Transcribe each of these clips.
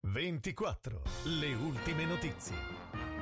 24. Le ultime notizie.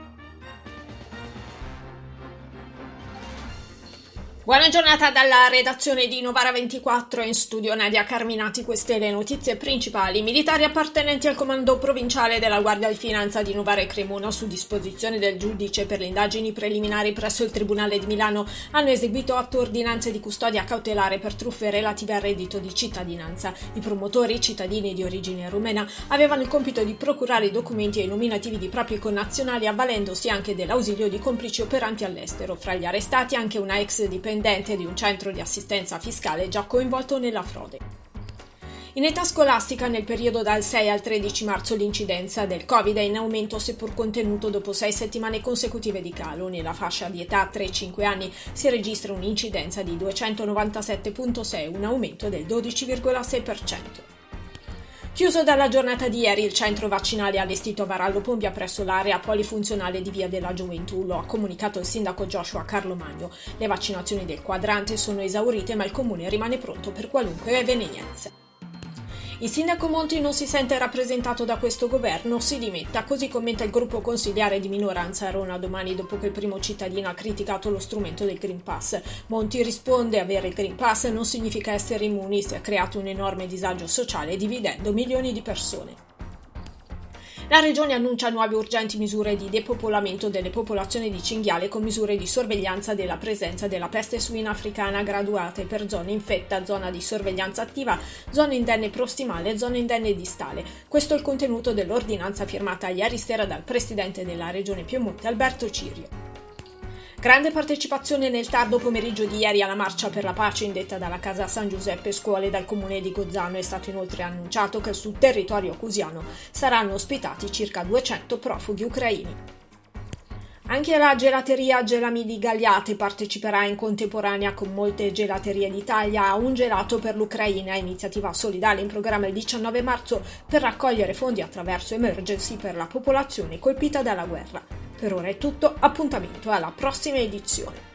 Buona giornata dalla redazione di Novara 24, in studio Nadia Carminati. Queste le notizie principali. Militari appartenenti al comando provinciale della Guardia di Finanza di Novara e Cremona, su disposizione del giudice per le indagini preliminari presso il Tribunale di Milano, hanno eseguito 8 ordinanze di custodia cautelare per truffe relative al reddito di cittadinanza. I promotori, cittadini di origine rumena, avevano il compito di procurare i documenti e i nominativi di propri connazionali, avvalendosi anche dell'ausilio di complici operanti all'estero. Fra gli arrestati anche una ex dipendente di un centro di assistenza fiscale già coinvolto nella frode. In età scolastica, nel periodo dal 6 al 13 marzo, l'incidenza del Covid è in aumento, seppur contenuto dopo 6 settimane consecutive di calo. Nella fascia di età 3-5 anni si registra un'incidenza di 297,6, un aumento del 12,6%. Chiuso dalla giornata di ieri, il centro vaccinale allestito a Varallo Pombia presso l'area polifunzionale di Via della Gioventù. Lo ha comunicato il sindaco Joshua Carlo Magno. Le vaccinazioni del quadrante sono esaurite, ma il comune rimane pronto per qualunque evenienza. Il sindaco Monti non si sente rappresentato da questo governo, si dimetta, così commenta il gruppo consigliare di minoranza a Rona Domani, dopo che il primo cittadino ha criticato lo strumento del Green Pass. Monti risponde: avere il Green Pass non significa essere immuni, si è creato un enorme disagio sociale dividendo milioni di persone. La Regione annuncia nuove urgenti misure di depopolamento delle popolazioni di cinghiale, con misure di sorveglianza della presenza della peste suina africana graduate per zone infetta, zona di sorveglianza attiva, zona indenne prostimale e zona indenne distale. Questo è il contenuto dell'ordinanza firmata ieri sera dal presidente della Regione Piemonte Alberto Cirio. Grande partecipazione nel tardo pomeriggio di ieri alla marcia per la pace indetta dalla Casa San Giuseppe Scuole dal comune di Gozzano. È stato inoltre annunciato che sul territorio accusiano saranno ospitati circa 200 profughi ucraini. Anche la gelateria Gelami di Gagliate parteciperà in contemporanea con molte gelaterie d'Italia a un gelato per l'Ucraina, iniziativa solidale in programma il 19 marzo per raccogliere fondi attraverso Emergency per la popolazione colpita dalla guerra. Per ora è tutto, appuntamento alla prossima edizione.